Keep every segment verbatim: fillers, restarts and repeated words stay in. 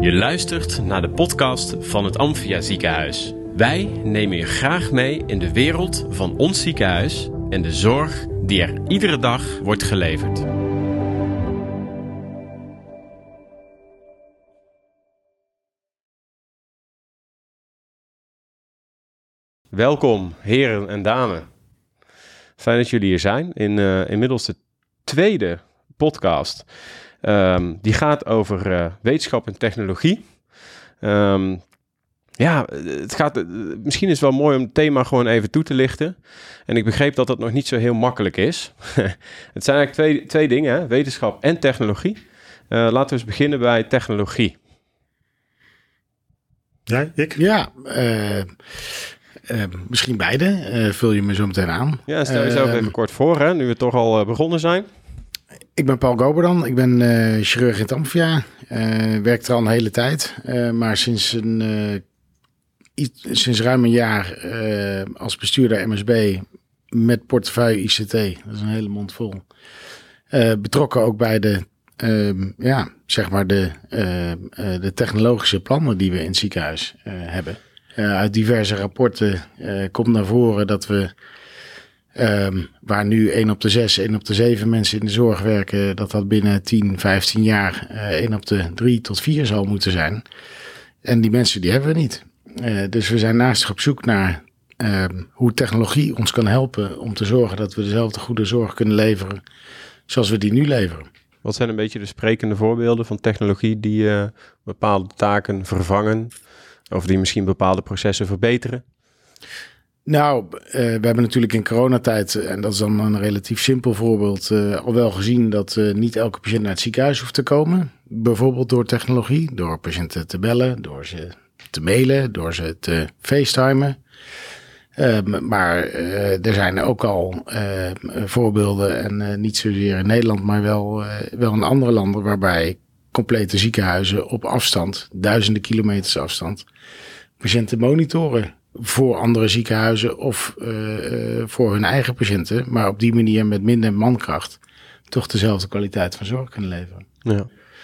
Je luistert naar de podcast van het Amphia Ziekenhuis. Wij nemen je graag mee in de wereld van ons ziekenhuis en de zorg die er iedere dag wordt geleverd. Welkom, heren en dames. Fijn dat jullie hier zijn in uh, inmiddels de tweede podcast. Um, die gaat over uh, wetenschap en technologie. Um, ja, het gaat, uh, misschien is het wel mooi om het thema gewoon even toe te lichten. En ik begreep dat dat nog niet zo heel makkelijk is. Het zijn eigenlijk twee, twee dingen, hè? Wetenschap en technologie. Uh, laten we eens beginnen bij technologie. Ja, ik? Ja, uh, uh, misschien beide. Uh, vul je me zo meteen aan. Ja, stel jezelf uh, even kort voor, hè, nu we toch al uh, begonnen zijn. Ik ben Paul Goberdan, ik ben uh, chirurg in het Amphia. Uh, werk er al een hele tijd, uh, maar sinds, een, uh, iets, sinds ruim een jaar uh, als bestuurder M S B met portefeuille I C T, dat is een hele mond vol. Uh, betrokken ook bij de, uh, ja, zeg maar de, uh, uh, de technologische plannen die we in het ziekenhuis uh, hebben. Uh, uit diverse rapporten uh, komt naar voren dat we... Um, waar nu één op de zes, één op de zeven mensen in de zorg werken, dat dat binnen tien, vijftien jaar uh, één op de drie tot vier zal moeten zijn. En die mensen die hebben we niet. Uh, dus we zijn naast op zoek naar uh, hoe technologie ons kan helpen om te zorgen dat we dezelfde goede zorg kunnen leveren zoals we die nu leveren. Wat zijn een beetje de sprekende voorbeelden van technologie die uh, bepaalde taken vervangen of die misschien bepaalde processen verbeteren? Nou, uh, we hebben natuurlijk in coronatijd, en dat is dan een relatief simpel voorbeeld, uh, al wel gezien dat uh, niet elke patiënt naar het ziekenhuis hoeft te komen. Bijvoorbeeld door technologie, door patiënten te bellen, door ze te mailen, door ze te facetimen. Uh, maar uh, er zijn ook al uh, voorbeelden, en uh, niet zozeer in Nederland, maar wel, uh, wel in andere landen, waarbij complete ziekenhuizen op afstand, duizenden kilometers afstand, patiënten monitoren. Voor andere ziekenhuizen of uh, uh, voor hun eigen patiënten. Maar op die manier met minder mankracht toch dezelfde kwaliteit van zorg kunnen leveren. Ja.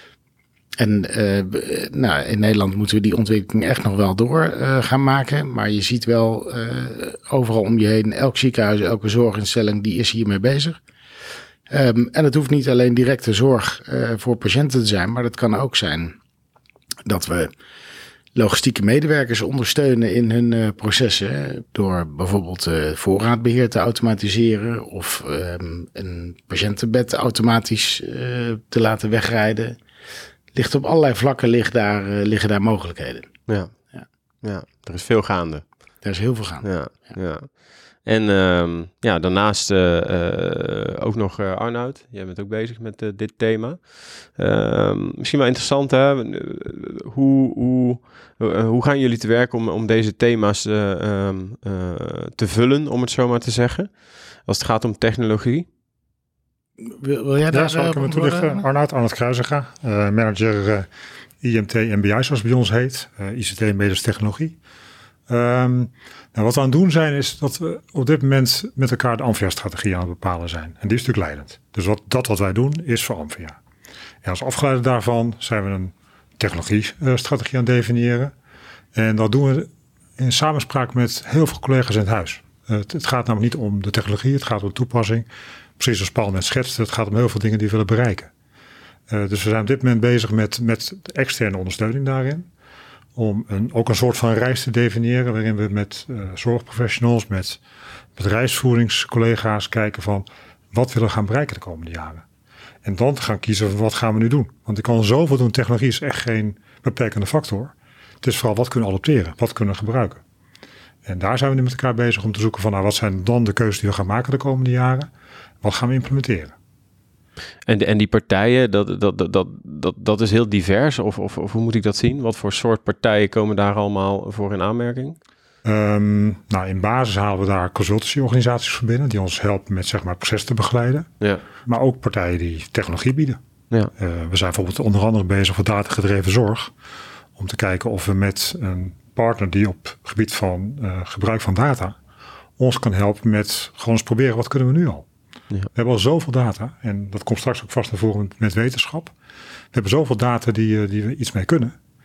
En uh, nou, in Nederland moeten we die ontwikkeling echt nog wel door uh, gaan maken. Maar je ziet wel uh, overal om je heen, elk ziekenhuis, elke zorginstelling, die is hiermee bezig. Um, en het hoeft niet alleen directe zorg uh, voor patiënten te zijn. Maar dat kan ook zijn dat we logistieke medewerkers ondersteunen in hun uh, processen. Door bijvoorbeeld uh, voorraadbeheer te automatiseren. Of um, een patiëntenbed automatisch uh, te laten wegrijden. Ligt op allerlei vlakken ligt daar, uh, liggen daar mogelijkheden. Ja. Ja. ja, er is veel gaande. Er is heel veel gaande. Ja, ja. ja. En um, ja, daarnaast uh, uh, ook nog uh, Arnoud. Jij bent ook bezig met uh, dit thema. Uh, misschien wel interessant, hè? Hoe, hoe, uh, hoe gaan jullie te werk om, om deze thema's uh, um, uh, te vullen, om het zo maar te zeggen? Als het gaat om technologie. Wil, wil jij daar... Ja, zal ik hem toelichten? Arnoud, Arnoud Kruizinga, uh, manager uh, I M T M B I, zoals het bij ons heet. Uh, I C T en medische technologie. Um, nou, wat we aan het doen zijn, is dat we op dit moment met elkaar de Amphia-strategie aan het bepalen zijn. En die is natuurlijk leidend. Dus wat, dat wat wij doen, is voor Amphia. En als afgeleide daarvan zijn we een technologie-strategie aan het definiëren. En dat doen we in samenspraak met heel veel collega's in het huis. Uh, het, het gaat namelijk niet om de technologie, het gaat om de toepassing. Precies zoals Paul net schetste, het gaat om heel veel dingen die we willen bereiken. Uh, dus we zijn op dit moment bezig met, met de externe ondersteuning daarin. Om een, ook een soort van reis te definiëren waarin we met uh, zorgprofessionals, met bedrijfsvoeringscollega's kijken van wat willen we gaan bereiken de komende jaren. En dan gaan kiezen van wat gaan we nu doen. Want ik kan zoveel doen. Technologie is echt geen beperkende factor. Het is vooral wat kunnen we adopteren, wat kunnen we gebruiken. En daar zijn we nu met elkaar bezig om te zoeken van nou, wat zijn dan de keuzes die we gaan maken de komende jaren. Wat gaan we implementeren. En, de, en die partijen, dat, dat, dat, dat, dat is heel divers? Of, of, of hoe moet ik dat zien? Wat voor soort partijen komen daar allemaal voor in aanmerking? Um, nou, in basis halen we daar consultancyorganisaties voor binnen die ons helpen met zeg maar proces te begeleiden. Ja. Maar ook partijen die technologie bieden. Ja. Uh, we zijn bijvoorbeeld onder andere bezig voor datagedreven zorg. Om te kijken of we met een partner die op het gebied van uh, gebruik van data ons kan helpen met gewoon eens proberen wat kunnen we nu al. Ja. We hebben al zoveel data en dat komt straks ook vast naar voren met wetenschap. We hebben zoveel data die, die we iets mee kunnen.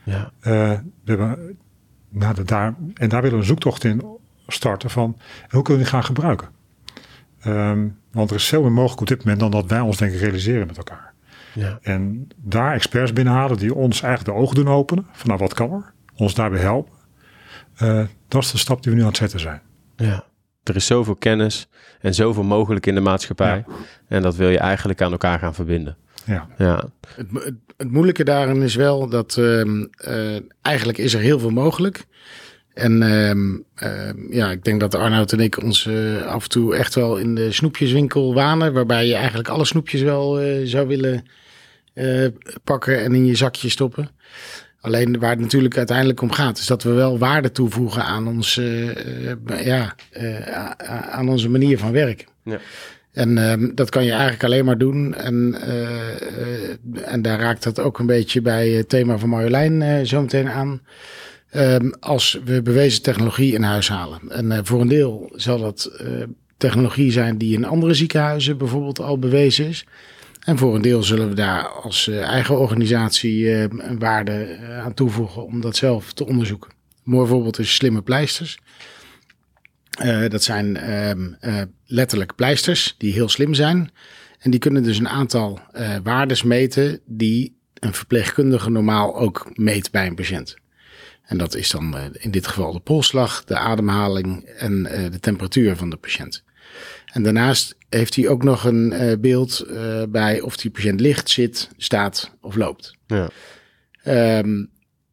Ja. Uh, we hebben, nou, de, daar, en daar willen we een zoektocht in starten van hoe kunnen we die gaan gebruiken. Um, want er is veel meer mogelijk op dit moment dan dat wij ons denk ik realiseren met elkaar. Ja. En daar experts binnenhalen die ons eigenlijk de ogen doen openen. Van nou, wat kan er? Ons daarbij helpen. Uh, dat is de stap die we nu aan het zetten zijn. Ja. Er is zoveel kennis en zoveel mogelijk in de maatschappij. Ja. En dat wil je eigenlijk aan elkaar gaan verbinden. Ja. Ja. Het, het, het moeilijke daarin is wel dat uh, uh, eigenlijk is er heel veel mogelijk. En uh, uh, ja, ik denk dat Arnoud en ik ons uh, af en toe echt wel in de snoepjeswinkel wanen. Waarbij je eigenlijk alle snoepjes wel uh, zou willen uh, pakken en in je zakje stoppen. Alleen waar het natuurlijk uiteindelijk om gaat, is dat we wel waarde toevoegen aan, ons, uh, uh, ja, uh, aan onze manier van werken. Ja. En uh, dat kan je eigenlijk alleen maar doen. En, uh, uh, en daar raakt dat ook een beetje bij het thema van Marjolein uh, zo meteen aan. Um, als we bewezen technologie in huis halen. En uh, voor een deel zal dat uh, technologie zijn die in andere ziekenhuizen bijvoorbeeld al bewezen is. En voor een deel zullen we daar als uh, eigen organisatie uh, een waarde uh, aan toevoegen om dat zelf te onderzoeken. Een mooi voorbeeld is slimme pleisters. Uh, dat zijn um, uh, letterlijk pleisters die heel slim zijn. En die kunnen dus een aantal uh, waardes meten die een verpleegkundige normaal ook meet bij een patiënt. En dat is dan uh, in dit geval de polsslag, de ademhaling en uh, de temperatuur van de patiënt. En daarnaast heeft hij ook nog een uh, beeld uh, bij of die patiënt ligt, zit, staat of loopt. Ja. Um,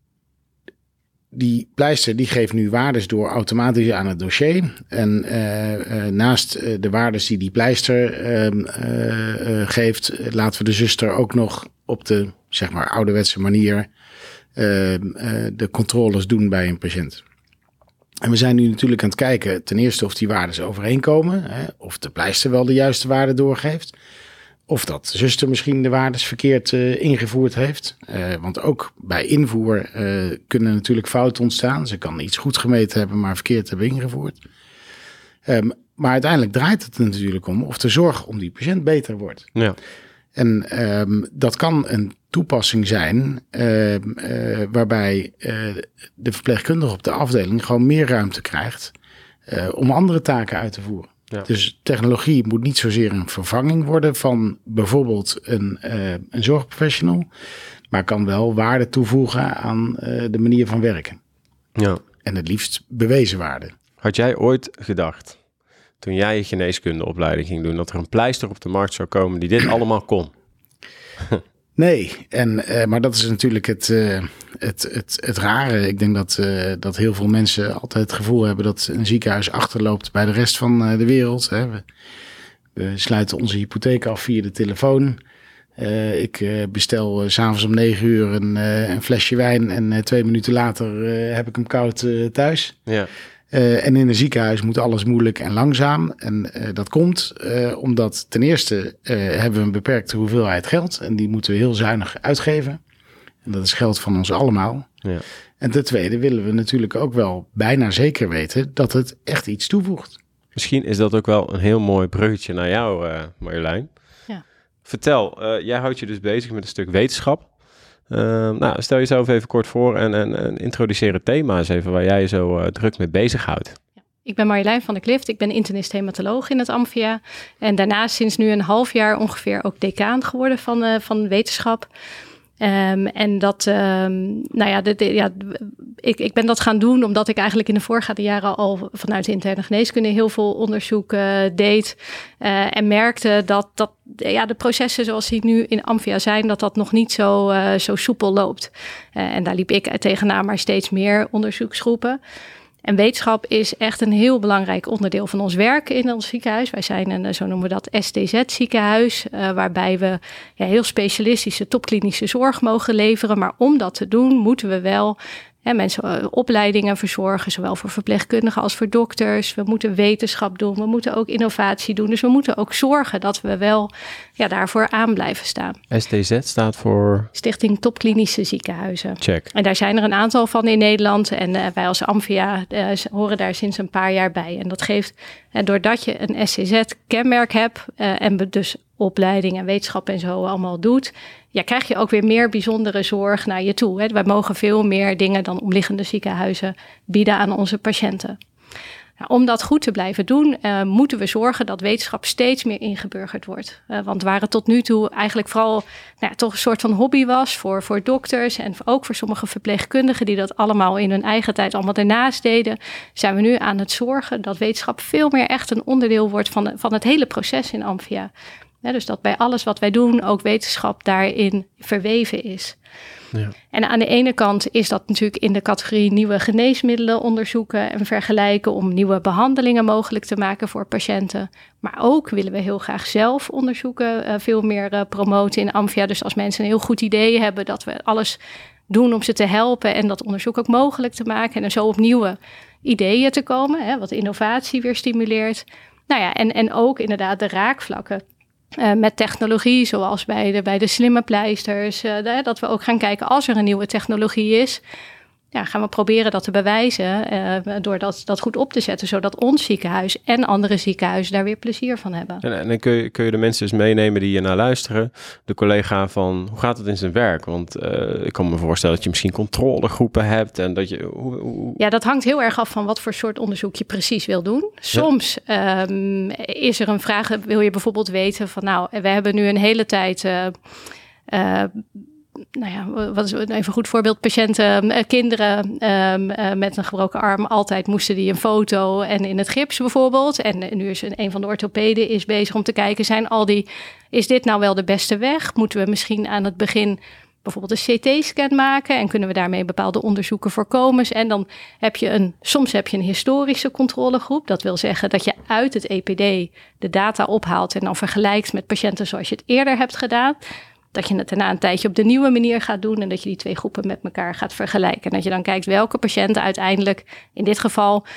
die pleister die geeft nu waardes door automatisch aan het dossier. En uh, uh, naast uh, de waardes die die pleister uh, uh, uh, geeft, laten we de zuster ook nog op de zeg maar ouderwetse manier Uh, uh, de controles doen bij een patiënt. En we zijn nu natuurlijk aan het kijken, ten eerste of die waarden overeenkomen, hè, of de pleister wel de juiste waarde doorgeeft, of dat de zuster misschien de waardes verkeerd uh, ingevoerd heeft. Uh, want ook bij invoer uh, kunnen natuurlijk fouten ontstaan. Ze kan iets goed gemeten hebben, maar verkeerd hebben ingevoerd. Um, maar uiteindelijk draait het er natuurlijk om of de zorg om die patiënt beter wordt. Ja. En um, dat kan een toepassing zijn uh, uh, waarbij uh, de verpleegkundige op de afdeling gewoon meer ruimte krijgt uh, om andere taken uit te voeren. Ja. Dus technologie moet niet zozeer een vervanging worden van bijvoorbeeld een, uh, een zorgprofessional, maar kan wel waarde toevoegen aan uh, de manier van werken. Ja. En het liefst bewezen waarde. Had jij ooit gedacht, toen jij je geneeskundeopleiding ging doen, dat er een pleister op de markt zou komen die dit allemaal kon? Nee, en, uh, maar dat is natuurlijk het, uh, het, het, het rare. Ik denk dat, uh, dat heel veel mensen altijd het gevoel hebben dat een ziekenhuis achterloopt bij de rest van uh, de wereld. Hè. We, we sluiten onze hypotheek af via de telefoon. Uh, ik uh, bestel uh, 's avonds om negen uur een, uh, een flesje wijn en uh, twee minuten later uh, heb ik hem koud uh, thuis. Ja. Uh, en in een ziekenhuis moet alles moeilijk en langzaam. En uh, dat komt uh, omdat ten eerste uh, hebben we een beperkte hoeveelheid geld. En die moeten we heel zuinig uitgeven. En dat is geld van ons allemaal. Ja. En ten tweede willen we natuurlijk ook wel bijna zeker weten dat het echt iets toevoegt. Misschien is dat ook wel een heel mooi bruggetje naar jou, uh, Marjolein. Ja. Vertel, uh, jij houdt je dus bezig met een stuk wetenschap. Uh, nou, stel jezelf even kort voor en, en, en introduceer het thema eens even waar jij je zo uh, druk mee bezighoudt. Ja. Ik ben Marjolein van der Klift, ik ben internist-hematoloog in het Amphia. En daarnaast sinds nu een half jaar ongeveer ook decaan geworden van, uh, van wetenschap. Um, en dat, um, nou ja, de, de, ja ik, ik ben dat gaan doen omdat ik eigenlijk in de voorgaande jaren al vanuit de interne geneeskunde heel veel onderzoek uh, deed. Uh, en merkte dat, dat ja, de processen zoals die nu in Amphia zijn, dat dat nog niet zo, uh, zo soepel loopt. Uh, en daar liep ik tegenaan, maar steeds meer onderzoeksgroepen. En wetenschap is echt een heel belangrijk onderdeel van ons werk in ons ziekenhuis. Wij zijn een, zo noemen we dat, S T Z-ziekenhuis, uh, waarbij we ja, heel specialistische topklinische zorg mogen leveren. Maar om dat te doen, moeten we wel hè, mensen uh, opleidingen verzorgen, zowel voor verpleegkundigen als voor dokters. We moeten wetenschap doen, we moeten ook innovatie doen. Dus we moeten ook zorgen dat we wel ja, daarvoor aan blijven staan. S T Z staat voor? Stichting Topklinische Ziekenhuizen. Check. En daar zijn er een aantal van in Nederland. En uh, wij als Amphia uh, horen daar sinds een paar jaar bij. En dat geeft En doordat je een S C Z-kenmerk hebt uh, en dus opleiding en wetenschap en zo allemaal doet, ja, krijg je ook weer meer bijzondere zorg naar je toe. Hè. Wij mogen veel meer dingen dan omliggende ziekenhuizen bieden aan onze patiënten. Nou, om dat goed te blijven doen, uh, moeten we zorgen dat wetenschap steeds meer ingeburgerd wordt. Uh, want waar het tot nu toe eigenlijk vooral nou ja, toch een soort van hobby was voor, voor dokters en ook voor sommige verpleegkundigen die dat allemaal in hun eigen tijd allemaal ernaast deden, zijn we nu aan het zorgen dat wetenschap veel meer echt een onderdeel wordt van, van het hele proces in Amphia. Ja, dus dat bij alles wat wij doen ook wetenschap daarin verweven is. Ja. En aan de ene kant is dat natuurlijk in de categorie nieuwe geneesmiddelen onderzoeken en vergelijken om nieuwe behandelingen mogelijk te maken voor patiënten. Maar ook willen we heel graag zelf onderzoeken, uh, veel meer uh, promoten in Amphia. Dus als mensen een heel goed idee hebben dat we alles doen om ze te helpen en dat onderzoek ook mogelijk te maken en zo op nieuwe ideeën te komen, hè, wat innovatie weer stimuleert. Nou ja, en, en ook inderdaad de raakvlakken. Uh, met technologie, zoals bij de, bij de slimme pleisters. Uh, de, dat we ook gaan kijken als er een nieuwe technologie is. Ja, gaan we proberen dat te bewijzen uh, door dat, dat goed op te zetten. Zodat ons ziekenhuis en andere ziekenhuizen daar weer plezier van hebben. En, en dan kun je, kun je de mensen eens meenemen die hier naar luisteren. De collega van, hoe gaat het in zijn werk? Want uh, ik kan me voorstellen dat je misschien controlegroepen hebt. En dat je, hoe, hoe... Ja, dat hangt heel erg af van wat voor soort onderzoek je precies wil doen. Soms ja. um, is er een vraag, wil je bijvoorbeeld weten van nou, we hebben nu een hele tijd... Uh, uh, Nou ja, wat is even een goed voorbeeld. Patiënten, uh, kinderen um, uh, met een gebroken arm, altijd moesten die een foto en in het gips bijvoorbeeld. En uh, nu is een, een van de orthopeden is bezig om te kijken, zijn al die, is dit nou wel de beste weg? Moeten we misschien aan het begin bijvoorbeeld een C T-scan maken en kunnen we daarmee bepaalde onderzoeken voorkomen? En dan heb je een, soms heb je een historische controlegroep. Dat wil zeggen dat je uit het E P D de data ophaalt en dan vergelijkt met patiënten zoals je het eerder hebt gedaan. Dat je het daarna een tijdje op de nieuwe manier gaat doen en dat je die twee groepen met elkaar gaat vergelijken. En dat je dan kijkt welke patiënten uiteindelijk, in dit geval,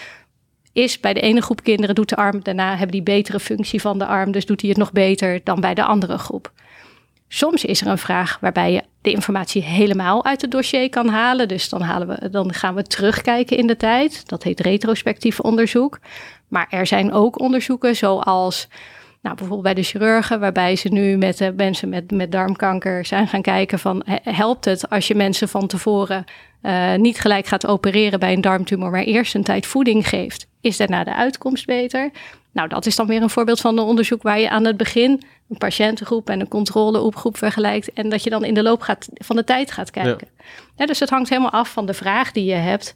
is bij de ene groep kinderen doet de arm, daarna hebben die betere functie van de arm, dus doet hij het nog beter dan bij de andere groep. Soms is er een vraag waarbij je de informatie helemaal uit het dossier kan halen. Dus dan, halen we, dan gaan we terugkijken in de tijd. Dat heet retrospectief onderzoek. Maar er zijn ook onderzoeken zoals... Nou, bijvoorbeeld bij de chirurgen, waarbij ze nu met uh, mensen met, met darmkanker zijn gaan kijken van, helpt het als je mensen van tevoren uh, niet gelijk gaat opereren bij een darmtumor, maar eerst een tijd voeding geeft? Is daarna de uitkomst beter? Nou, dat is dan weer een voorbeeld van een onderzoek waar je aan het begin een patiëntengroep en een controlegroep vergelijkt en dat je dan in de loop gaat, van de tijd gaat kijken. Ja. Ja, dus het hangt helemaal af van de vraag die je hebt,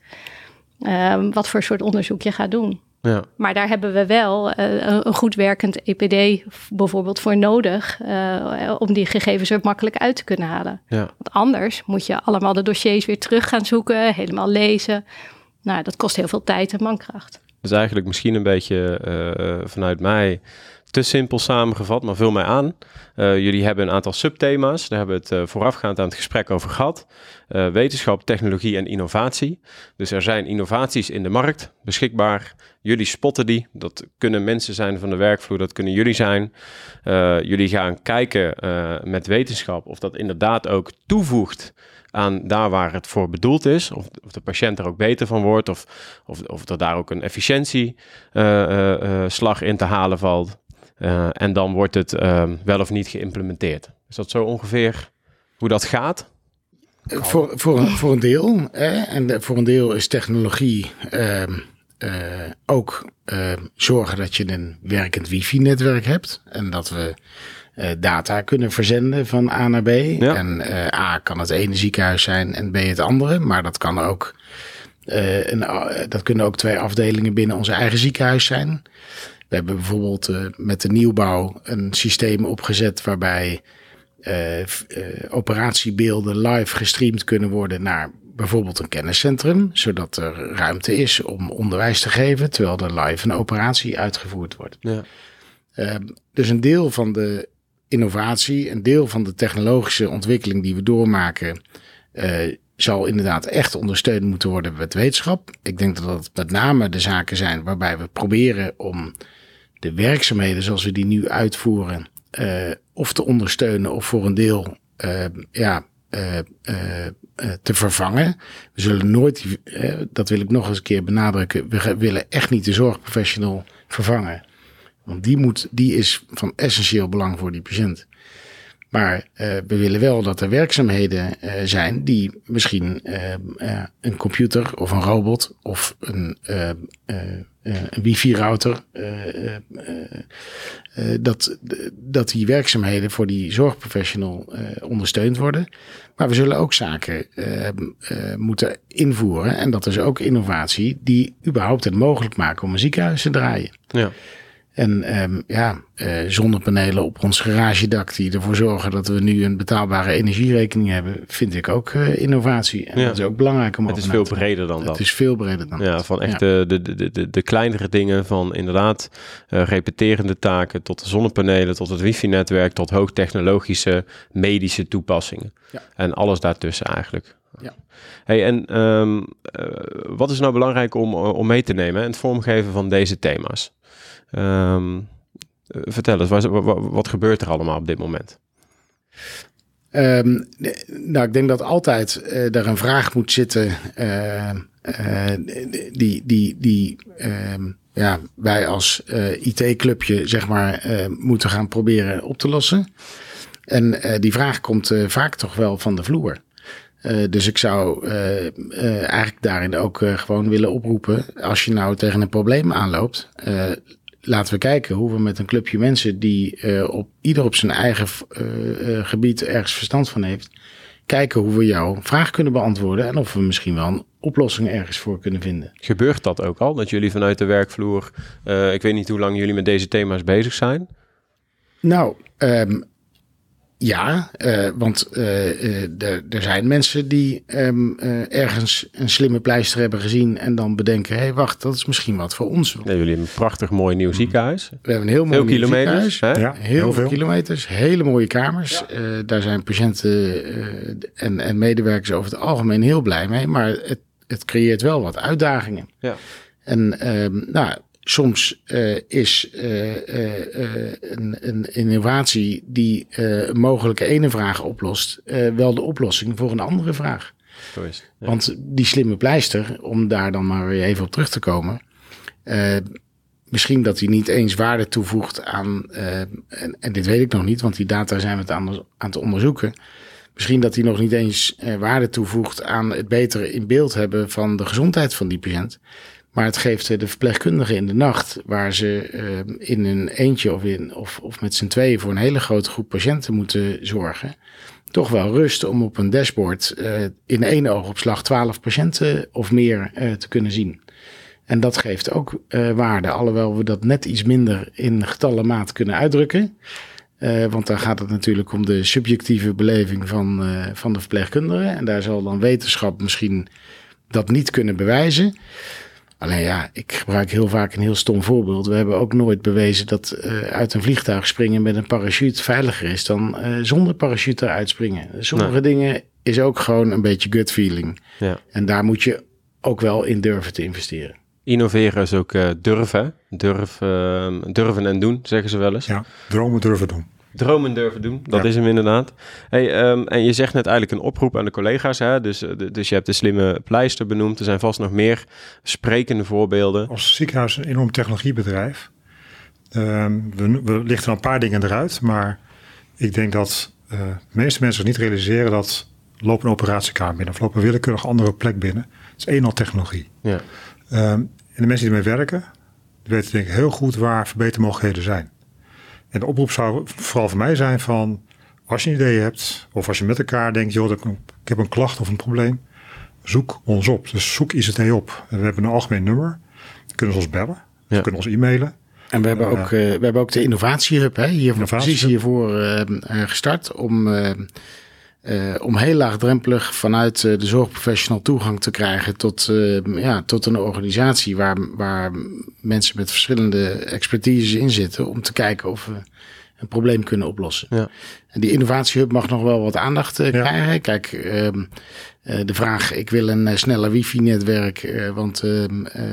uh, wat voor soort onderzoek je gaat doen. Ja. Maar daar hebben we wel uh, een goed werkend E P D bijvoorbeeld voor nodig uh, om die gegevens er makkelijk uit te kunnen halen. Ja. Want anders moet je allemaal de dossiers weer terug gaan zoeken, helemaal lezen. Nou, dat kost heel veel tijd en mankracht. Dus eigenlijk misschien een beetje uh, vanuit mij te simpel samengevat, maar vul mij aan. Uh, jullie hebben een aantal subthema's. Daar hebben we het uh, voorafgaand aan het gesprek over gehad. Uh, wetenschap, technologie en innovatie. Dus er zijn innovaties in de markt beschikbaar. Jullie spotten die. Dat kunnen mensen zijn van de werkvloer, dat kunnen jullie zijn. Uh, jullie gaan kijken uh, met wetenschap of dat inderdaad ook toevoegt aan daar waar het voor bedoeld is. Of, of de patiënt er ook beter van wordt. Of, of, of er daar ook een efficiëntieslag uh, uh, slag in te halen valt. Uh, en dan wordt het uh, wel of niet geïmplementeerd. Is dat zo ongeveer hoe dat gaat? Voor, voor, een, voor een deel. Hè? En de, voor een deel is technologie uh, uh, ook uh, zorgen dat je een werkend wifi-netwerk hebt. En dat we uh, data kunnen verzenden van A naar B. Ja. En uh, A kan het ene ziekenhuis zijn en B het andere. Maar dat kan ook, uh, een, uh, dat kunnen ook twee afdelingen binnen onze eigen ziekenhuis zijn. We hebben bijvoorbeeld uh, met de nieuwbouw een systeem opgezet waarbij uh, uh, operatiebeelden live gestreamd kunnen worden naar bijvoorbeeld een kenniscentrum, zodat er ruimte is om onderwijs te geven terwijl er live een operatie uitgevoerd wordt. Ja. Uh, dus een deel van de innovatie, een deel van de technologische ontwikkeling die we doormaken, uh, zal inderdaad echt ondersteund moeten worden met wetenschap. Ik denk dat dat met name de zaken zijn waarbij we proberen om de werkzaamheden zoals we die nu uitvoeren, uh, of te ondersteunen of voor een deel uh, ja, uh, uh, uh, te vervangen. We zullen nooit, uh, dat wil ik nog eens een keer benadrukken, we willen echt niet de zorgprofessional vervangen. Want die, moet, die is van essentieel belang voor die patiënt. Maar uh, we willen wel dat er werkzaamheden uh, zijn die misschien uh, uh, een computer of een robot of een, uh, uh, uh, een wifi-router, uh, uh, uh, dat, dat die werkzaamheden voor die zorgprofessional uh, ondersteund worden. Maar we zullen ook zaken uh, uh, moeten invoeren. En dat is ook innovatie die überhaupt het mogelijk maken om een ziekenhuis te draaien. Ja. En um, ja, uh, zonnepanelen op ons garagedak die ervoor zorgen dat we nu een betaalbare energierekening hebben, vind ik ook uh, innovatie. En ja. dat is ook belangrijk om Het is veel breder dan het dat. Het is veel breder dan ja, dat. Van echt ja. de, de, de, de kleinere dingen van inderdaad uh, repeterende taken tot de zonnepanelen, tot het wifi-netwerk, tot hoogtechnologische medische toepassingen. Ja. En alles daartussen eigenlijk. Ja. Hey, en um, uh, wat is nou belangrijk om, om mee te nemen in het vormgeven van deze thema's? Um, vertel eens, wat, wat, wat gebeurt er allemaal op dit moment? Um, nou, ik denk dat altijd uh, er een vraag moet zitten uh, uh, die, die, die um, ja, wij als uh, I T-clubje zeg maar uh, moeten gaan proberen op te lossen. En uh, die vraag komt uh, vaak toch wel van de vloer. Uh, dus ik zou uh, uh, eigenlijk daarin ook uh, gewoon willen oproepen, als je nou tegen een probleem aanloopt, uh, laten we kijken hoe we met een clubje mensen die uh, op ieder op zijn eigen uh, uh, gebied ergens verstand van heeft, kijken hoe we jouw vraag kunnen beantwoorden en of we misschien wel een oplossing ergens voor kunnen vinden. Gebeurt dat ook al? Dat jullie vanuit de werkvloer, uh, ik weet niet hoe lang jullie met deze thema's bezig zijn? Nou, um, ja, uh, want uh, uh, er zijn mensen die um, uh, ergens een slimme pleister hebben gezien en dan bedenken, hé hey, wacht, dat is misschien wat voor ons. Ja, jullie hebben een prachtig mooi nieuw ziekenhuis. We hebben een heel mooi veel nieuw kilometers, ziekenhuis. Hè? Ja, heel, heel veel, veel kilometers, hele mooie kamers. Ja. Uh, daar zijn patiënten uh, en, en medewerkers over het algemeen heel blij mee, maar het, het creëert wel wat uitdagingen. Ja. En um, nou, soms uh, is uh, uh, uh, een, een innovatie die uh, een mogelijke ene vraag oplost, uh, wel de oplossing voor een andere vraag. Zo is, ja. Want die slimme pleister, om daar dan maar weer even op terug te komen, uh, misschien dat hij niet eens waarde toevoegt aan, uh, en, en dit weet ik nog niet, want die data zijn we het aan, aan het onderzoeken. Misschien dat hij nog niet eens uh, waarde toevoegt aan het betere in beeld hebben van de gezondheid van die patiënt. Maar het geeft de verpleegkundigen in de nacht, waar ze uh, in een eentje of, in, of, of met z'n tweeën voor een hele grote groep patiënten moeten zorgen, toch wel rust om op een dashboard uh, in één oogopslag twaalf patiënten of meer uh, te kunnen zien. En dat geeft ook uh, waarde, alhoewel we dat net iets minder in getallenmaat kunnen uitdrukken. Uh, want dan gaat het natuurlijk om de subjectieve beleving van, uh, van de verpleegkundigen. En daar zal dan wetenschap misschien dat niet kunnen bewijzen. Alleen ja, ik gebruik heel vaak een heel stom voorbeeld. We hebben ook nooit bewezen dat uh, uit een vliegtuig springen met een parachute veiliger is dan uh, zonder parachute eruit springen. Sommige nee. dingen is ook gewoon een beetje gut feeling. Ja. En daar moet je ook wel in durven te investeren. Innoveren is ook uh, durven. Durf, uh, durven en doen, zeggen ze wel eens. Ja, dromen durven doen. Dromen durven doen, dat ja. is hem inderdaad. Hey, um, en je zegt net eigenlijk een oproep aan de collega's. Hè? Dus, de, dus je hebt de slimme pleister benoemd. Er zijn vast nog meer sprekende voorbeelden. Als ziekenhuis een enorm technologiebedrijf. Um, we, we lichten al een paar dingen eruit. Maar ik denk dat uh, de meeste mensen niet realiseren dat lopen een operatiekamer binnen. Of lopen een willekeurig andere plek binnen. Het is één al technologie. Ja. Um, en de mensen die ermee werken, die weten denk ik heel goed waar verbetermogelijkheden zijn. En de oproep zou vooral voor mij zijn van, als je een idee hebt, of als je met elkaar denkt, joh, ik heb een klacht of een probleem, zoek ons op. Dus zoek I C T op. En we hebben een algemeen nummer. Ze kunnen ons bellen, ja. Ze kunnen ons e-mailen. En we hebben, uh, ook, uh, we hebben ook de innovatiehub, hè, hier precies hiervoor uh, uh, gestart, om, uh, uh, om heel laagdrempelig vanuit uh, de zorgprofessional toegang te krijgen tot, uh, ja, tot een organisatie waar, waar mensen met verschillende expertises in zitten, om te kijken of we een probleem kunnen oplossen. Ja. En die innovatiehub mag nog wel wat aandacht uh, krijgen. Ja. Kijk, uh, uh, de vraag, ik wil een uh, sneller wifi-netwerk, uh, want uh,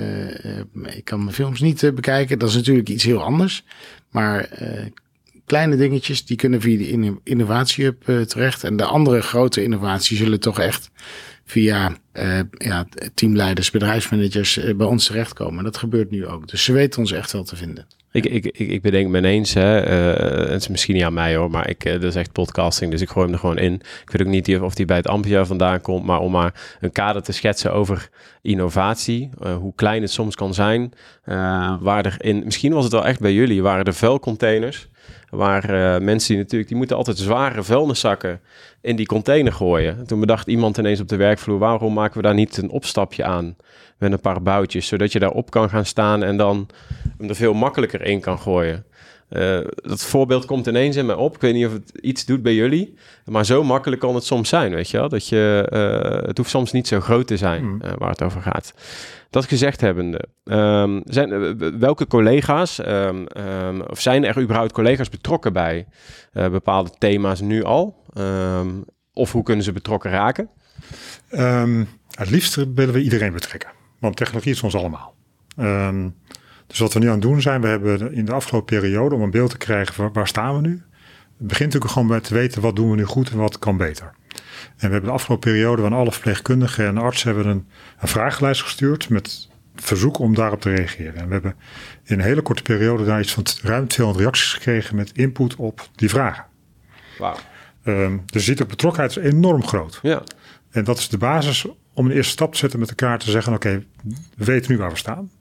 uh, ik kan mijn films niet uh, bekijken. Dat is natuurlijk iets heel anders. Maar uh, kleine dingetjes, die kunnen via de innovatiehub uh, terecht. En de andere grote innovaties zullen toch echt via uh, ja, teamleiders, bedrijfsmanagers uh, bij ons terechtkomen. Dat gebeurt nu ook. Dus ze weten ons echt wel te vinden. Ik, ik, ik, ik bedenk me ineens, hè, uh, het is misschien niet aan mij hoor, maar ik, uh, dat is echt podcasting, dus ik gooi hem er gewoon in. Ik weet ook niet of die bij het Ampia vandaan komt, maar om maar een kader te schetsen over innovatie, uh, hoe klein het soms kan zijn. Uh, waar er in, misschien was het wel echt bij jullie, waren er vuilcontainers, waar uh, mensen die natuurlijk, die moeten altijd zware vuilniszakken in die container gooien. Toen bedacht iemand ineens op de werkvloer, waarom maken we daar niet een opstapje aan met een paar boutjes, zodat je daarop kan gaan staan en dan hem er veel makkelijker in kan gooien. Uh, dat voorbeeld komt ineens in mij op. Ik weet niet of het iets doet bij jullie, maar zo makkelijk kan het soms zijn, weet je wel? Dat je, uh, het hoeft soms niet zo groot te zijn uh, waar het over gaat. Dat gezegd hebbende, um, zijn, uh, welke collega's, um, um, of zijn er überhaupt collega's betrokken bij uh, bepaalde thema's nu al? Um, of hoe kunnen ze betrokken raken? Um, het liefst willen we iedereen betrekken, want technologie is ons allemaal. Um, dus wat we nu aan het doen zijn, we hebben in de afgelopen periode, om een beeld te krijgen van waar staan we nu. Het begint natuurlijk gewoon bij te weten wat doen we nu goed en wat kan beter. En we hebben de afgelopen periode van alle verpleegkundigen en artsen hebben een, een vragenlijst gestuurd met verzoek om daarop te reageren. En we hebben in een hele korte periode daar iets van ruim tweehonderd reacties gekregen met input op die vragen. Wauw. Um, dus je ziet ook betrokkenheid is enorm groot. Ja. En dat is de basis om een eerste stap te zetten met elkaar te zeggen, oké, okay, we weten nu waar we staan.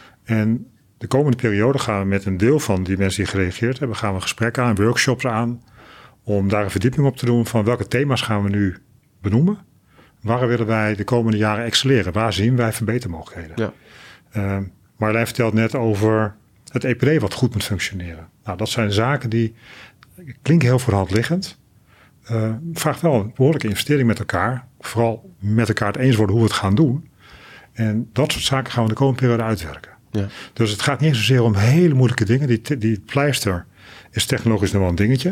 En de komende periode gaan we met een deel van die mensen die gereageerd hebben, gaan we gesprekken aan, workshops aan, om daar een verdieping op te doen van welke thema's gaan we nu benoemen. Waar willen wij de komende jaren excelleren? Waar zien wij verbetermogelijkheden? Ja. Uh, Marlijn vertelt net over het E P D wat goed moet functioneren. Nou, dat zijn zaken die klinken heel voor de hand liggend. Uh, vraagt wel een behoorlijke investering met elkaar. Vooral met elkaar het eens worden hoe we het gaan doen. En dat soort zaken gaan we de komende periode uitwerken. Ja. Dus het gaat niet zozeer om hele moeilijke dingen. Die, die pleister is technologisch nog wel een dingetje.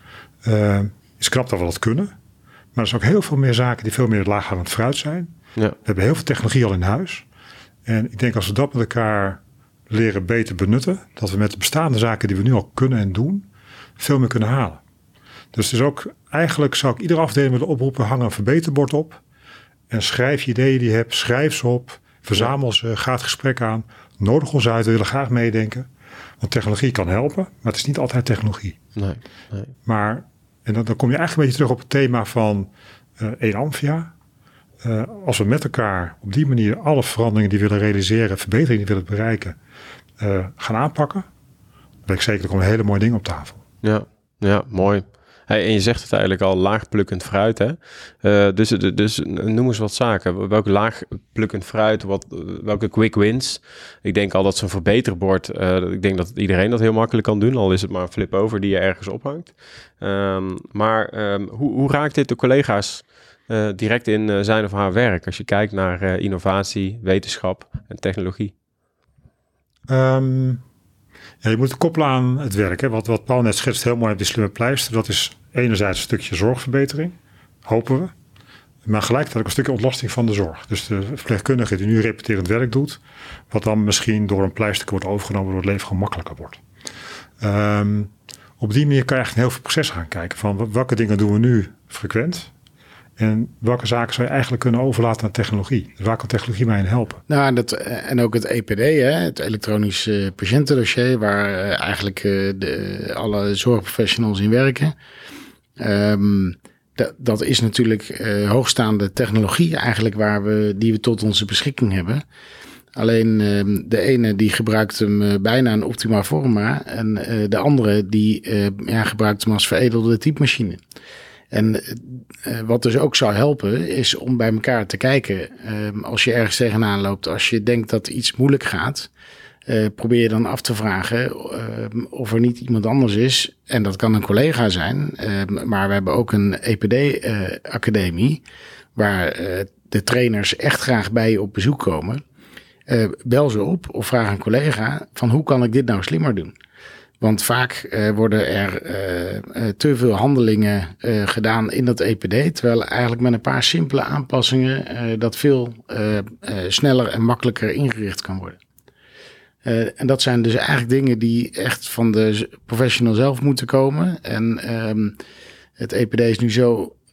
Uh, is knap dat we dat kunnen. Maar er zijn ook heel veel meer zaken die veel meer laaghangend fruit zijn. Ja. We hebben heel veel technologie al in huis. En ik denk als we dat met elkaar leren beter benutten, dat we met de bestaande zaken die we nu al kunnen en doen, veel meer kunnen halen. Dus het is ook, eigenlijk zou ik iedere afdeling willen oproepen, hang een verbeterbord op. En schrijf je ideeën die je hebt, schrijf ze op. Verzamel ze, ga het gesprek aan. Nodig ons uit, we willen graag meedenken. Want technologie kan helpen, maar het is niet altijd technologie. Nee, nee. Maar, en dan, dan kom je eigenlijk een beetje terug op het thema van uh, één Amphia. Uh, als we met elkaar op die manier alle veranderingen die we willen realiseren, verbeteringen die we willen bereiken, uh, gaan aanpakken, dan weet ik zeker, er komen hele mooie dingen op tafel. Ja, ja, mooi. Hey, en je zegt het eigenlijk al, laagplukkend fruit, hè? Uh, dus, dus noem eens wat zaken. Welk laagplukkend fruit, wat, welke quick wins? Ik denk al dat zo'n verbeterbord, uh, ik denk dat iedereen dat heel makkelijk kan doen, al is het maar een flip-over die je ergens ophangt. Um, maar um, hoe, hoe raakt dit de collega's uh, direct in uh, zijn of haar werk, als je kijkt naar uh, innovatie, wetenschap en technologie? Um... Ja, je moet het koppelen aan het werk. Hè. Wat, wat Paul net schetst heel mooi op die slimme pleister. Dat is enerzijds een stukje zorgverbetering. Hopen we. Maar gelijkertijd ook een stukje ontlasting van de zorg. Dus de verpleegkundige die nu repeterend werk doet. Wat dan misschien door een pleister wordt overgenomen. Waardoor het leven gewoon makkelijker wordt. Um, op die manier kan je eigenlijk een heel veel proces gaan kijken. Van welke dingen doen we nu frequent. En welke zaken zou je eigenlijk kunnen overlaten aan technologie? Dus waar kan technologie mij in helpen? Nou, dat, en ook het E P D, hè, het elektronisch uh, patiëntendossier, waar uh, eigenlijk uh, de, alle zorgprofessionals in werken. Um, dat, dat is natuurlijk uh, hoogstaande technologie eigenlijk waar we, die we tot onze beschikking hebben. Alleen uh, de ene die gebruikt hem uh, bijna in optima forma en uh, de andere die uh, ja, gebruikt hem als veredelde typemachine. En uh, wat dus ook zou helpen, is om bij elkaar te kijken. Uh, als je ergens tegenaan loopt, als je denkt dat iets moeilijk gaat, uh, probeer je dan af te vragen uh, of er niet iemand anders is. En dat kan een collega zijn, uh, maar we hebben ook een E P D-academie, uh, waar uh, de trainers echt graag bij je op bezoek komen. Uh, bel ze op of vraag een collega van hoe kan ik dit nou slimmer doen? Want vaak uh, worden er uh, uh, te veel handelingen uh, gedaan in dat E P D, terwijl eigenlijk met een paar simpele aanpassingen uh, dat veel uh, uh, sneller en makkelijker ingericht kan worden. Uh, en dat zijn dus eigenlijk dingen die echt van de professional zelf moeten komen. En um, het E P D is nu zo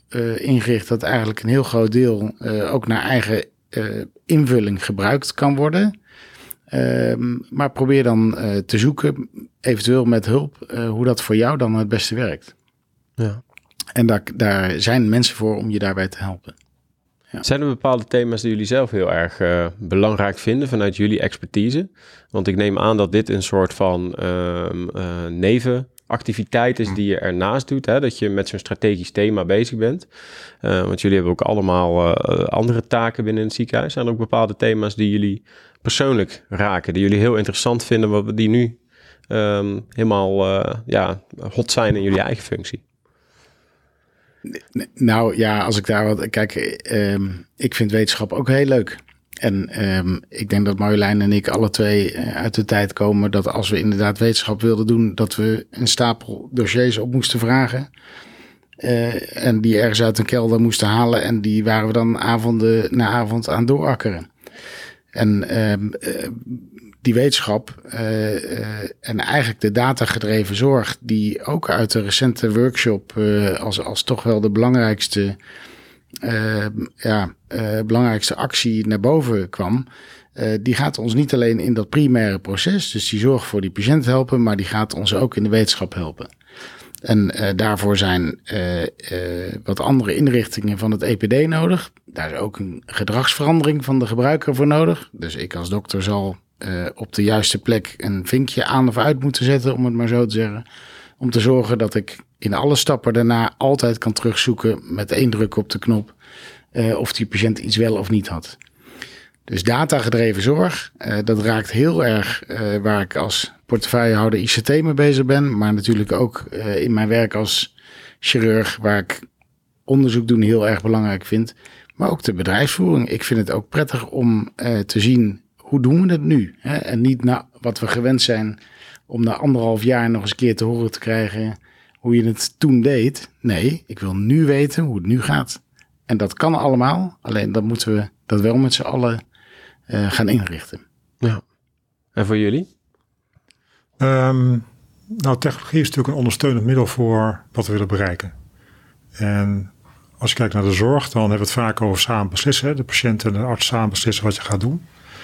uh, ingericht dat eigenlijk een heel groot deel uh, ook naar eigen uh, invulling gebruikt kan worden. Uh, maar probeer dan uh, te zoeken, eventueel met hulp, uh, hoe dat voor jou dan het beste werkt. Ja. En daar, daar zijn mensen voor om je daarbij te helpen. Ja. Zijn er bepaalde thema's die jullie zelf heel erg uh, belangrijk vinden vanuit jullie expertise? Want ik neem aan dat dit een soort van uh, uh, nevenactiviteit is die je ernaast doet. Hè? Dat je met zo'n strategisch thema bezig bent. Uh, want jullie hebben ook allemaal uh, andere taken binnen het ziekenhuis. Zijn er ook bepaalde thema's die jullie persoonlijk raken? Die jullie heel interessant vinden, wat die nu um, helemaal uh, ja, hot zijn in jullie eigen functie? Nou ja, als ik daar wat... Kijk, um, ik vind wetenschap ook heel leuk. En um, ik denk dat Marjolein en ik alle twee uit de tijd komen dat als we inderdaad wetenschap wilden doen, dat we een stapel dossiers op moesten vragen. Uh, en die ergens uit een kelder moesten halen. En die waren we dan avonden na avond aan doorakkeren. En um, uh, die wetenschap uh, uh, en eigenlijk de datagedreven zorg, die ook uit de recente workshop uh, als, als toch wel de belangrijkste, uh, ja, uh, belangrijkste actie naar boven kwam, uh, die gaat ons niet alleen in dat primaire proces, dus die zorg voor die patiënt helpen, maar die gaat ons ook in de wetenschap helpen. En uh, daarvoor zijn uh, uh, wat andere inrichtingen van het E P D nodig. Daar is ook een gedragsverandering van de gebruiker voor nodig. Dus ik als dokter zal uh, op de juiste plek een vinkje aan of uit moeten zetten, om het maar zo te zeggen. Om te zorgen dat ik in alle stappen daarna altijd kan terugzoeken met één druk op de knop uh, of die patiënt iets wel of niet had. Dus datagedreven zorg, uh, dat raakt heel erg uh, waar ik als portefeuillehouder I C T mee bezig ben. Maar natuurlijk ook uh, in mijn werk als chirurg, waar ik onderzoek doen heel erg belangrijk vind. Maar ook de bedrijfsvoering. Ik vind het ook prettig om uh, te zien, hoe doen we het nu? Hè? En niet na wat we gewend zijn om na anderhalf jaar nog eens een keer te horen te krijgen hoe je het toen deed. Nee, ik wil nu weten hoe het nu gaat. En dat kan allemaal, alleen dan moeten we dat wel met z'n allen uh, gaan inrichten. Ja. En voor jullie? Um, nou, technologie is natuurlijk een ondersteunend middel voor wat we willen bereiken. En als je kijkt naar de zorg, dan hebben we het vaak over samen beslissen. Hè? De patiënt en de arts samen beslissen wat je gaat doen.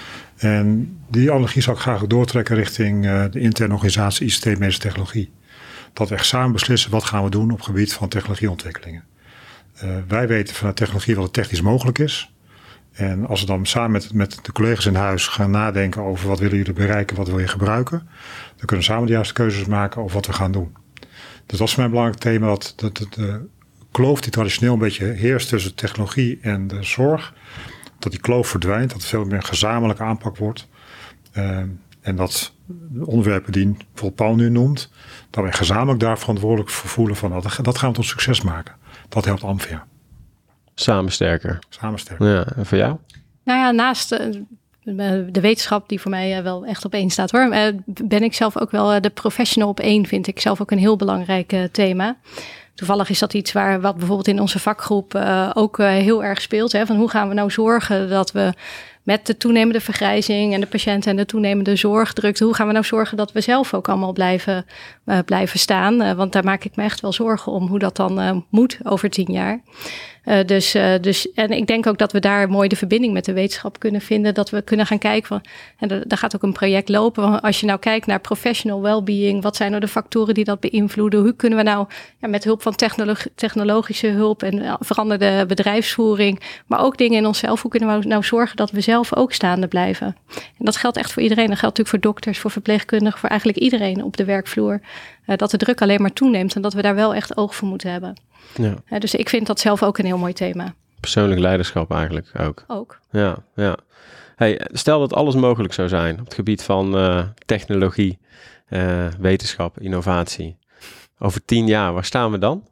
En die analogie zou ik graag doortrekken richting uh, de interne organisatie I C T medische technologie. Dat we echt samen beslissen wat gaan we doen op het gebied van technologieontwikkelingen. Uh, wij weten vanuit technologie wat er technisch mogelijk is. En als we dan samen met, met de collega's in huis gaan nadenken over wat willen jullie bereiken, wat wil je gebruiken, dan kunnen we samen de juiste keuzes maken over wat we gaan doen. Dus dat is mijn belangrijk thema, dat, dat, dat de kloof die traditioneel een beetje heerst tussen technologie en de zorg, dat die kloof verdwijnt, dat er veel meer een gezamenlijke aanpak wordt. Uh, en dat de onderwerpen die bijvoorbeeld Paul nu noemt, dat wij gezamenlijk daar verantwoordelijk voor voelen van nou, dat gaan we tot succes maken. Dat helpt Amphia. Samen sterker. Samen sterker. Ja, en voor jou? Nou ja, naast uh, de wetenschap die voor mij uh, wel echt op één staat hoor, uh, ben ik zelf ook wel uh, de professional op één, vind ik zelf ook een heel belangrijk uh, thema. Toevallig is dat iets waar wat bijvoorbeeld in onze vakgroep uh, ook uh, heel erg speelt. Hè, van hoe gaan we nou zorgen dat we met de toenemende vergrijzing en de patiënten en de toenemende zorgdrukte, hoe gaan we nou zorgen dat we zelf ook allemaal blijven, uh, blijven staan? Uh, want daar maak ik me echt wel zorgen om hoe dat dan uh, moet over tien jaar. Uh, dus, uh, dus, en ik denk ook dat we daar mooi de verbinding met de wetenschap kunnen vinden. Dat we kunnen gaan kijken van, en er, daar gaat ook een project lopen. Want als je nou kijkt naar professional well-being, wat zijn nou de factoren die dat beïnvloeden? Hoe kunnen we nou ja, met hulp van technolog- technologische hulp en uh, veranderde bedrijfsvoering, maar ook dingen in onszelf, hoe kunnen we nou zorgen dat we zelf ook staande blijven? En dat geldt echt voor iedereen. Dat geldt natuurlijk voor dokters, voor verpleegkundigen, voor eigenlijk iedereen op de werkvloer. Uh, dat de druk alleen maar toeneemt en dat we daar wel echt oog voor moeten hebben. Ja. Uh, dus ik vind dat zelf ook een heel mooi thema. Persoonlijk leiderschap eigenlijk ook. Ook. Ja, ja. Hey, stel dat alles mogelijk zou zijn op het gebied van uh, technologie, uh, wetenschap, innovatie. Over tien jaar, waar staan we dan?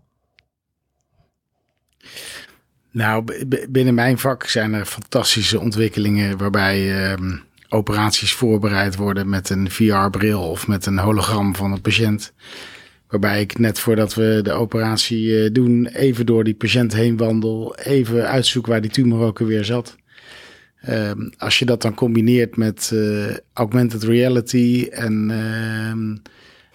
Nou, b- binnen mijn vak zijn er fantastische ontwikkelingen waarbij uh, operaties voorbereid worden met een V R-bril of met een hologram van een patiënt. Waarbij ik net voordat we de operatie uh, doen, even door die patiënt heen wandel, even uitzoek waar die tumor ook alweer zat. Uh, als je dat dan combineert met uh, augmented reality en uh,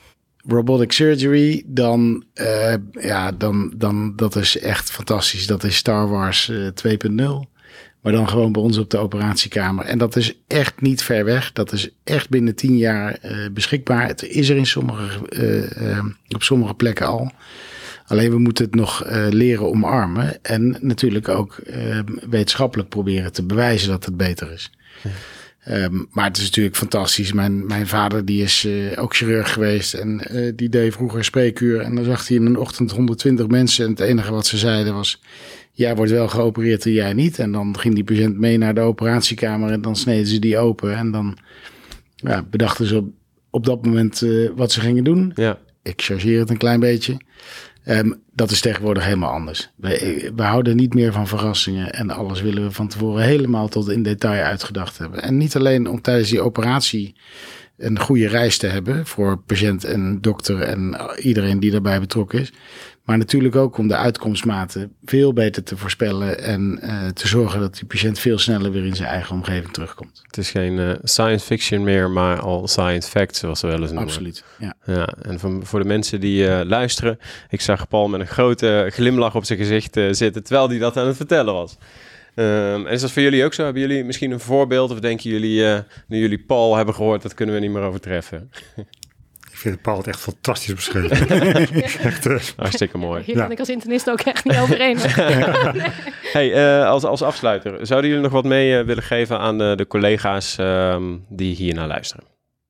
robotic surgery, dan, uh, ja, dan, dan dat is echt fantastisch. Dat is Star Wars uh, twee punt nul. Maar dan gewoon bij ons op de operatiekamer. En dat is echt niet ver weg. Dat is echt binnen tien jaar uh, beschikbaar. Het is er in sommige, uh, uh, op sommige plekken al. Alleen we moeten het nog uh, leren omarmen. En natuurlijk ook uh, wetenschappelijk proberen te bewijzen dat het beter is. Ja. Um, maar het is natuurlijk fantastisch. Mijn, mijn vader die is uh, ook chirurg geweest. En uh, die deed vroeger spreekuur. En dan zag hij in een ochtend honderdtwintig mensen. En het enige wat ze zeiden was... Jij wordt wel geopereerd en jij niet. En dan ging die patiënt mee naar de operatiekamer. En dan sneden ze die open. En dan ja, bedachten ze op, op dat moment uh, wat ze gingen doen. Ja. Ik chargeer het een klein beetje. Um, dat is tegenwoordig helemaal anders. We, we houden niet meer van verrassingen. En alles willen we van tevoren helemaal tot in detail uitgedacht hebben. En niet alleen om tijdens die operatie een goede reis te hebben. Voor patiënt en dokter en iedereen die daarbij betrokken is. Maar natuurlijk ook om de uitkomstmaten veel beter te voorspellen. En uh, te zorgen dat die patiënt veel sneller weer in zijn eigen omgeving terugkomt. Het is geen uh, science fiction meer, maar al science fact, zoals we wel eens noemen. Absoluut, ja. ja en voor, voor de mensen die uh, luisteren. Ik zag Paul met een grote glimlach op zijn gezicht uh, zitten, terwijl hij dat aan het vertellen was. Um, en is dat voor jullie ook zo? Hebben jullie misschien een voorbeeld? Of denken jullie, uh, nu jullie Paul hebben gehoord, dat kunnen we niet meer overtreffen? Ik vind Paul het echt fantastisch beschreven. echt, uh, Hartstikke mooi. Hier kan ja. ik als internist ook echt niet overheen. nee. Hey, uh, als, als afsluiter, zouden jullie nog wat mee uh, willen geven aan de, de collega's um, die hier naar luisteren?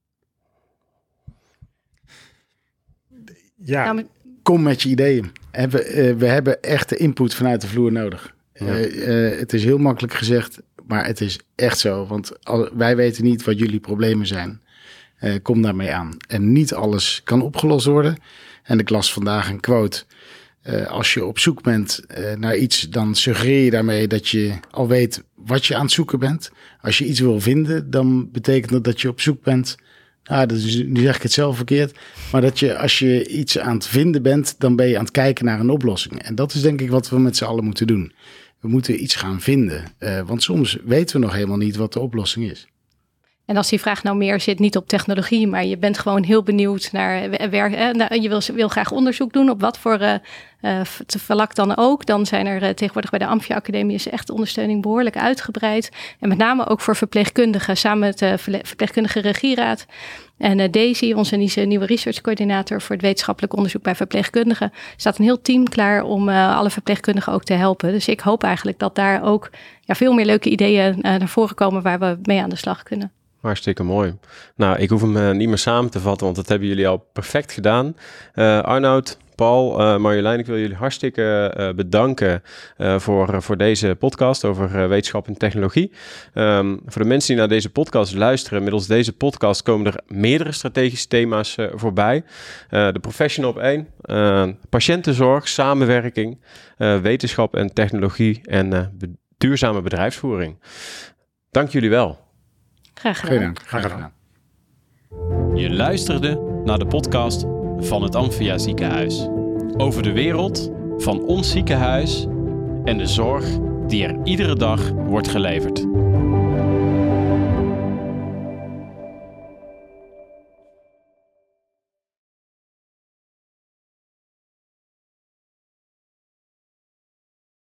Ja, nou, met... kom met je ideeën. We, uh, we hebben echt de input vanuit de vloer nodig. Ja. Uh, uh, het is heel makkelijk gezegd, maar het is echt zo. Want al, wij weten niet wat jullie problemen zijn. Uh, kom daarmee aan. En niet alles kan opgelost worden. En ik las vandaag een quote. Uh, als je op zoek bent uh, naar iets, dan suggereer je daarmee dat je al weet wat je aan het zoeken bent. Als je iets wil vinden, dan betekent dat dat je op zoek bent. Ah, dat is, nu zeg ik het zelf verkeerd. Maar dat je, als je iets aan het vinden bent, dan ben je aan het kijken naar een oplossing. En dat is denk ik wat we met z'n allen moeten doen. We moeten iets gaan vinden. Uh, want soms weten we nog helemaal niet wat de oplossing is. En als die vraag nou meer zit niet op technologie, maar je bent gewoon heel benieuwd naar werk. Eh, je wil, wil graag onderzoek doen op wat voor uh, uh, vlak dan ook. Dan zijn er uh, tegenwoordig bij de Amphia Academie is echt de ondersteuning behoorlijk uitgebreid. En met name ook voor verpleegkundigen, samen met de verpleegkundige regieraad. En uh, Daisy, onze nieuwe researchcoördinator voor het wetenschappelijk onderzoek bij verpleegkundigen, staat een heel team klaar om uh, alle verpleegkundigen ook te helpen. Dus ik hoop eigenlijk dat daar ook ja, veel meer leuke ideeën uh, naar voren komen waar we mee aan de slag kunnen. Hartstikke mooi. Nou, ik hoef hem uh, niet meer samen te vatten, want dat hebben jullie al perfect gedaan. Uh, Arnoud, Paul, uh, Marjolein, ik wil jullie hartstikke uh, bedanken uh, voor, uh, voor deze podcast over uh, wetenschap en technologie. Um, voor de mensen die naar deze podcast luisteren, middels deze podcast komen er meerdere strategische thema's uh, voorbij. Uh, de professional op één, uh, patiëntenzorg, samenwerking, uh, wetenschap en technologie en uh, be- duurzame bedrijfsvoering. Dank jullie wel. Graag gedaan. Geen dank. Graag gedaan. Je luisterde naar de podcast van het Amphia Ziekenhuis. Over de wereld van ons ziekenhuis en de zorg die er iedere dag wordt geleverd.